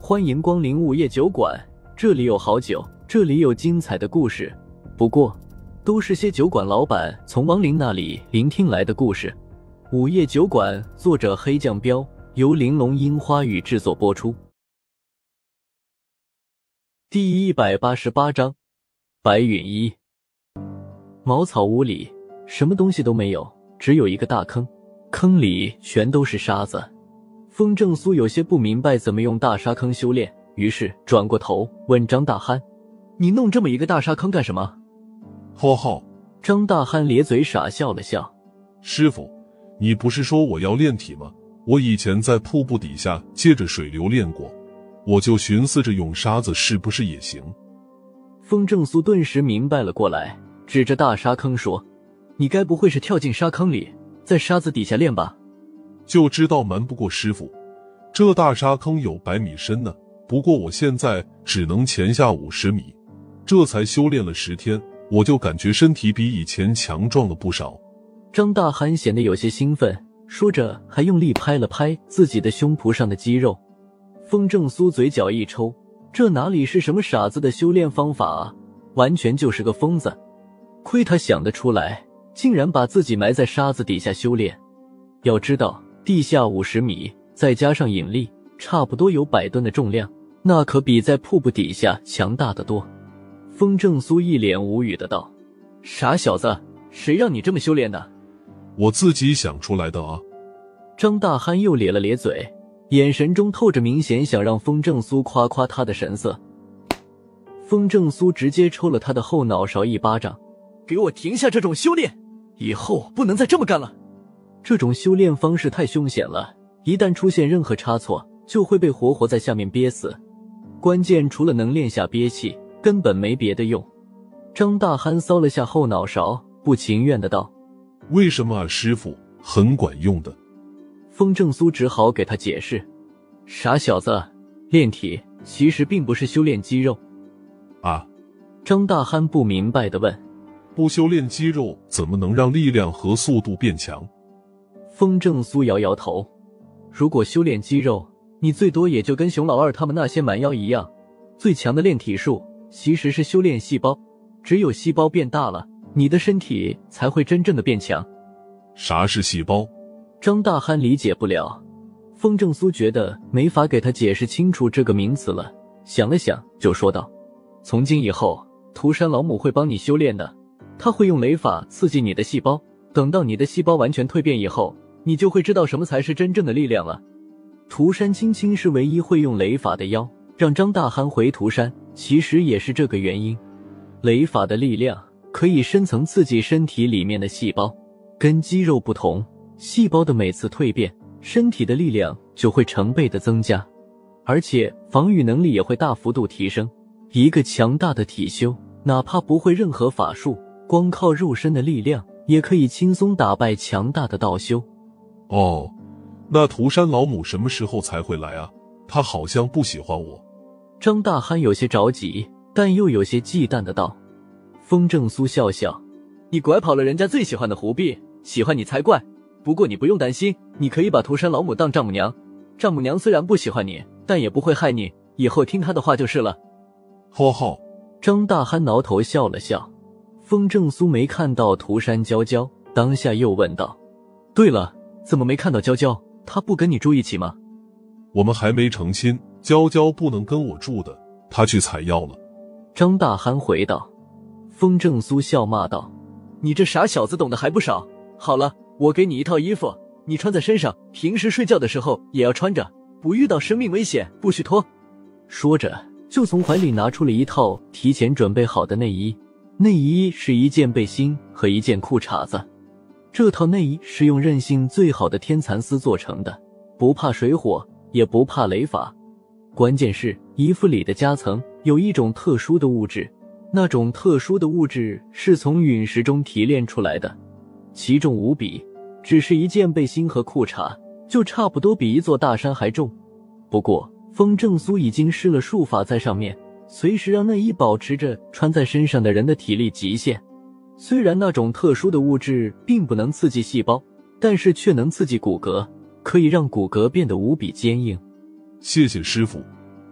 欢迎光临午夜酒馆，这里有好酒，这里有精彩的故事。不过，都是些酒馆老板从亡灵那里聆听来的故事。午夜酒馆，作者黑酱标，由玲珑樱花雨制作播出。第188章，白允一。茅草屋里什么东西都没有，只有一个大坑，坑里全都是沙子。风正苏有些不明白怎么用大沙坑修炼，于是转过头问张大憨：“你弄这么一个大沙坑干什么？” 浩浩， 张大憨咧嘴傻笑了笑：“ 师傅，你不是说我要炼体吗？我以前在瀑布底下借着水流练过，我就寻思着用沙子是不是也行。” 风正苏顿时明白了过来，指着大沙坑说：“你该不会是跳进沙坑里，在沙子底下练吧？” 就知道瞒不过师傅，这大沙坑有100米深呢，不过我现在只能潜下50米，这才修炼了10天，我就感觉身体比以前强壮了不少。 张大憨显得有些兴奋，说着还用力拍了拍自己的胸脯上的肌肉。风正苏嘴角一抽，这哪里是什么傻子的修炼方法啊，完全就是个疯子。亏他想得出来，竟然把自己埋在沙子底下修炼。要知道地下50米，再加上引力，差不多有100吨的重量，那可比在瀑布底下强大得多。风正苏一脸无语的道：“傻小子，谁让你这么修炼的？”“ 我自己想出来的啊。” 张大憨又咧了咧嘴，眼神中透着明显想让风正苏夸夸他的神色。风正苏直接抽了他的后脑勺一巴掌：“给我停下这种修炼，以后不能再这么干了。这种修炼方式太凶险了，一旦出现任何差错，就会被活活在下面憋死。关键除了能练下憋气，根本没别的用。”张大憨搔了下后脑勺，不情愿的道：“ 为什么啊，师傅？很管用的。” 风正苏只好给他解释：“傻小子，炼体其实并不是修炼肌肉。” 啊？ 张大憨不明白的问：“ 不修炼肌肉，怎么能让力量和速度变强？” 风正苏摇摇头：“如果修炼肌肉，你最多也就跟熊老二他们那些蛮妖一样，最强的炼体术其实是修炼细胞，只有细胞变大了，你的身体才会真正的变强。” 啥是细胞？ 张大憨理解不了。风正苏觉得没法给他解释清楚这个名词了，想了想就说道：“从今以后，涂山老母会帮你修炼的，他会用雷法刺激你的细胞，等到你的细胞完全蜕变以后，你就会知道什么才是真正的力量了。”涂山青青是唯一会用雷法的妖，让张大憨回涂山其实也是这个原因。雷法的力量可以深层刺激身体里面的细胞，跟肌肉不同，细胞的每次蜕变，身体的力量就会成倍的增加，而且防御能力也会大幅度提升。一个强大的体修，哪怕不会任何法术，光靠肉身的力量也可以轻松打败强大的道修。 哦，那涂山老母什么时候才会来啊？她好像不喜欢我。 张大憨有些着急，但又有些忌惮的道。风正苏笑笑：“你拐跑了人家最喜欢的狐婢，喜欢你才怪。不过你不用担心，你可以把涂山老母当丈母娘，丈母娘虽然不喜欢你，但也不会害你，以后听她的话就是了。” 浩浩， 张大憨挠头笑了笑。风正苏没看到涂山娇娇，当下又问道：“对了，怎么没看到娇娇？她不跟你住一起吗？”“ 我们还没成亲，娇娇不能跟我住的，她去采药了。” 张大憨回道。风正苏笑骂道：“你这傻小子懂得还不少。好了，我给你一套衣服，你穿在身上，平时睡觉的时候也要穿着，不遇到生命危险不许脱。”说着就从怀里拿出了一套提前准备好的内衣。内衣是一件背心和一件裤衩子。这套内衣是用韧性最好的天蚕丝做成的，不怕水火，也不怕雷法。关键是衣服里的夹层有一种特殊的物质，那种特殊的物质是从陨石中提炼出来的，奇重无比，只是一件背心和裤衩就差不多比一座大山还重。不过风正苏已经施了术法在上面，随时让内衣保持着穿在身上的人的体力极限。虽然那种特殊的物质并不能刺激细胞，但是却能刺激骨骼，可以让骨骼变得无比坚硬。 谢谢师傅。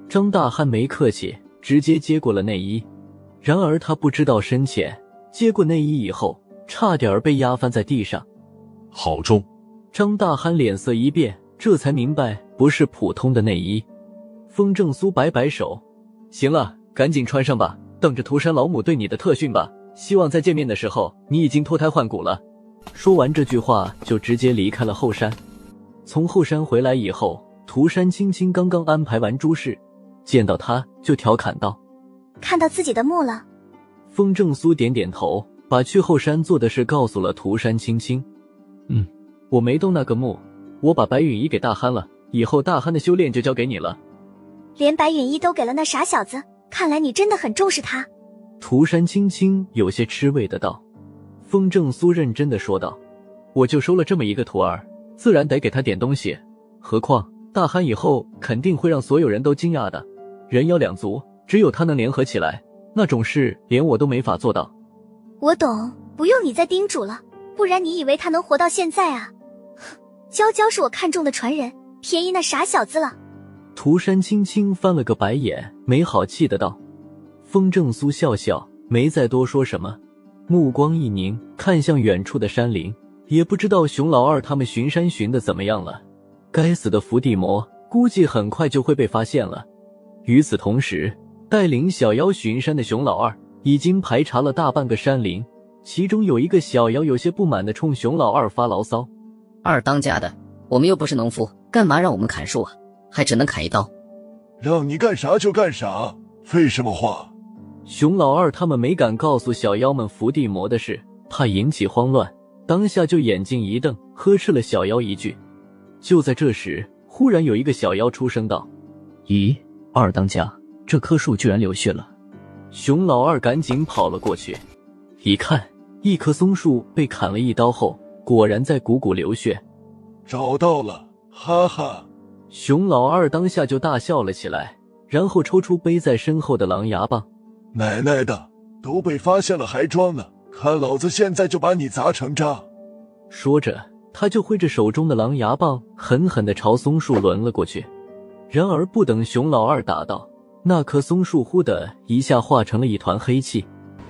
张大汉没客气，直接接过了内衣。然而他不知道深浅，接过内衣以后，差点被压翻在地上。 好重！ 张大汉脸色一变，这才明白不是普通的内衣。风正苏摆摆手，行了，赶紧穿上吧，等着涂山老母对你的特训吧。希望在见面的时候，你已经脱胎换骨了。说完这句话，就直接离开了后山。从后山回来以后，涂山青青刚刚安排完诸事，见到他就调侃道： 看到自己的墓了。 风正苏点点头，把去后山做的事告诉了涂山青青。我没动那个墓，我把白允仪给大憨了，以后大憨的修炼就交给你了。 连白允仪都给了那傻小子，看来你真的很重视他。 涂山青青有些吃味的道。风正苏认真的说道：我就收了这么一个徒儿，自然得给他点东西，何况大憨以后肯定会让所有人都惊讶的。人妖两族，只有他能联合起来，那种事连我都没法做到。 我懂，不用你再叮嘱了，不然你以为他能活到现在啊？娇娇是我看中的传人，便宜那傻小子了。 涂山青青翻了个白眼，没好气的道。风正苏笑笑，没再多说什么，目光一凝，看向远处的山林，也不知道熊老二他们巡山巡的怎么样了。该死的伏地魔，估计很快就会被发现了。与此同时，带领小妖巡山的熊老二已经排查了大半个山林，其中有一个小妖有些不满地冲熊老二发牢骚： 二当家的，我们又不是农夫，干嘛让我们砍树啊？还只能砍一刀。 让你干啥就干啥，废什么话？ 熊老二他们没敢告诉小妖们伏地魔的事，怕引起慌乱，当下就眼睛一瞪，呵斥了小妖一句。就在这时，忽然有一个小妖出声道：咦，二当家，这棵树居然流血了。熊老二赶紧跑了过去，一看，一棵松树被砍了一刀后，果然在汩汩流血。 找到了，哈哈！ 熊老二当下就大笑了起来，然后抽出背在身后的狼牙棒。 奶奶的，都被发现了还装呢，看老子现在就把你砸成渣！ 说着，他就挥着手中的狼牙棒狠狠地朝松树抡了过去。然而不等熊老二打到，那棵松树忽的一下化成了一团黑气，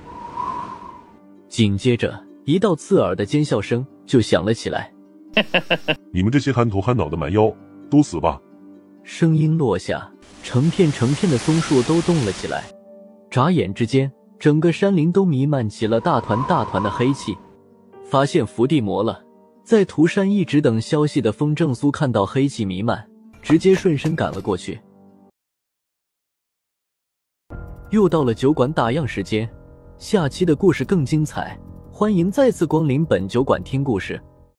紧接着一道刺耳的尖笑声就响了起来。 你们这些憨头憨脑的蛮妖，都死吧！ 声音落下，成片成片的松树都动了起来，眨眼之间，整个山林都弥漫起了大团大团的黑气。发现伏地魔了，在涂山一直等消息的风正苏看到黑气弥漫，直接顺身赶了过去。又到了酒馆打烊时间，下期的故事更精彩，欢迎再次光临本酒馆听故事。